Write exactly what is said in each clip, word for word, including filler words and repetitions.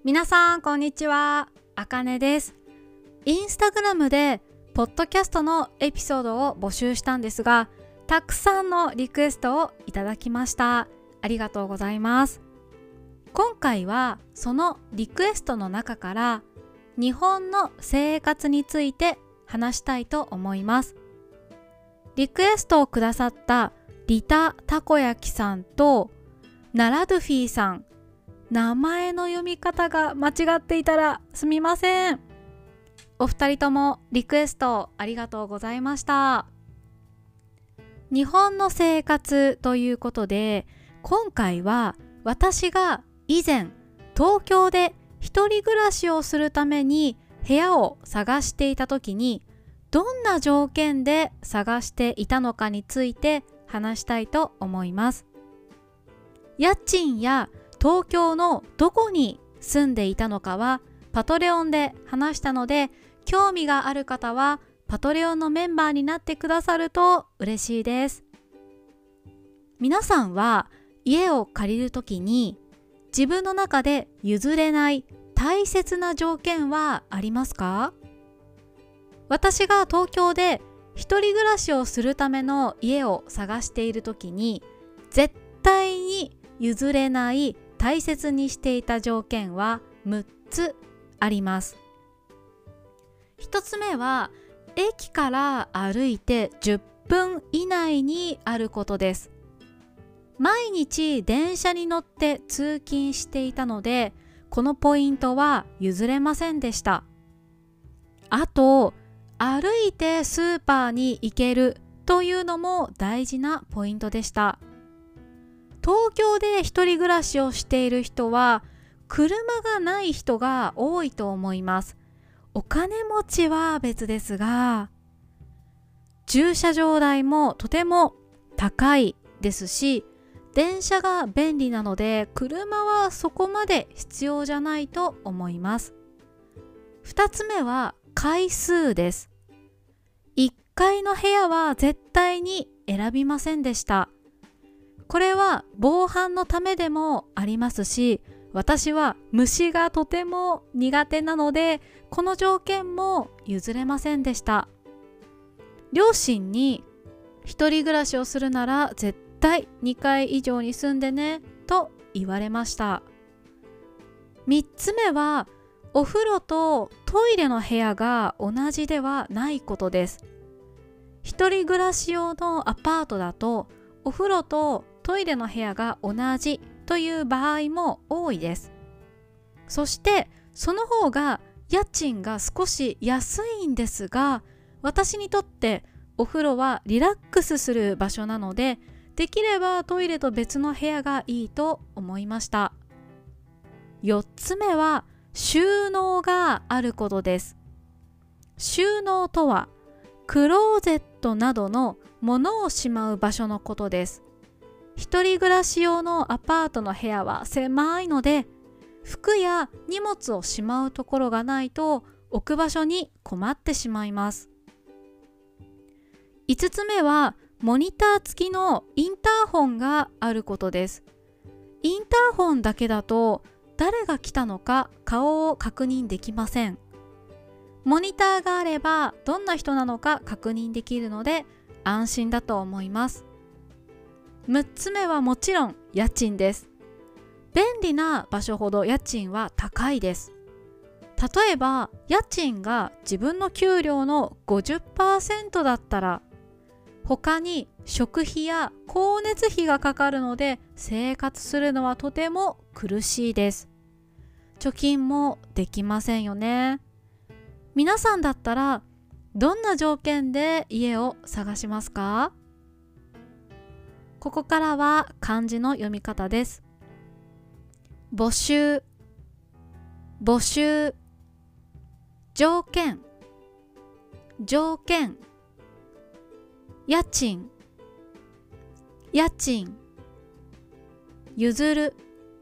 皆さんこんにちは、あかねです。インスタグラムでポッドキャストのエピソードを募集したんですが、たくさんのリクエストをいただきました。ありがとうございます。今回はそのリクエストの中から日本の生活について話したいと思います。リクエストをくださったリタたこ焼きさんとナラドゥフィーさん、名前の読み方が間違っていたらすみません。お二人ともリクエストありがとうございました。日本の生活ということで、今回は私が以前東京で一人暮らしをするために部屋を探していた時にどんな条件で探していたのかについて話したいと思います。家賃や東京のどこに住んでいたのかはパトレオンで話したので、興味がある方はパトレオンのメンバーになってくださると嬉しいです。皆さんは家を借りるときに自分の中で譲れない大切な条件はありますか？私が東京で一人暮らしをするための家を探しているときに絶対に譲れない大切にしていた条件はむっつあります。ひとつめは駅から歩いてじゅっぷん以内にあることです。毎日電車に乗って通勤していたので、このポイントは譲れませんでした。あと、歩いてスーパーに行けるというのも大事なポイントでした。東京で一人暮らしをしている人は車がない人が多いと思います。お金持ちは別ですが、駐車場代もとても高いですし、電車が便利なので車はそこまで必要じゃないと思います。二つ目は階数です。いっかいの部屋は絶対に選びませんでした。これは防犯のためでもありますし、私は虫がとても苦手なので、この条件も譲れませんでした。両親に一人暮らしをするなら絶対にかい以上に住んでねと言われました。みっつめはお風呂とトイレの部屋が同じではないことです。一人暮らし用のアパートだとお風呂とトイレの部屋が同じという場合も多いです。そしてその方が家賃が少し安いんですが、私にとってお風呂はリラックスする場所なので、できればトイレと別の部屋がいいと思いました。よっつめは収納があることです。収納とはクローゼットなどの物をしまう場所のことです。一人暮らし用のアパートの部屋は狭いので、服や荷物をしまうところがないと置く場所に困ってしまいます。いつつめはモニター付きのインターホンがあることです。インターホンだけだと誰が来たのか顔を確認できません。モニターがあればどんな人なのか確認できるので安心だと思います。むっつめはもちろん家賃です。便利な場所ほど家賃は高いです。例えば家賃が自分の給料の ごじゅっパーセント だったら、他に食費や光熱費がかかるので生活するのはとても苦しいです。貯金もできませんよね。皆さんだったらどんな条件で家を探しますか？ここからは漢字の読み方です。募集、募集、条件、条件、家賃、家賃、譲る、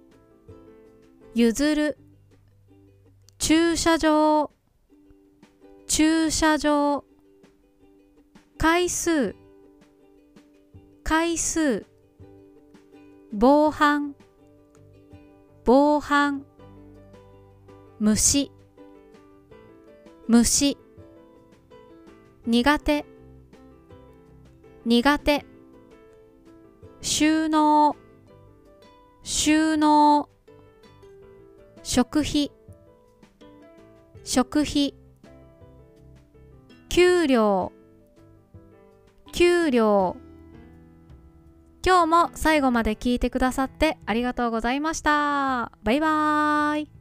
譲る、駐車場、駐車場、回数、回数、防犯、防犯、 虫、虫、苦手、苦手、収納、収納、食費、食費、給料、給料。今日も最後まで聞いてくださってありがとうございました。バイバーイ。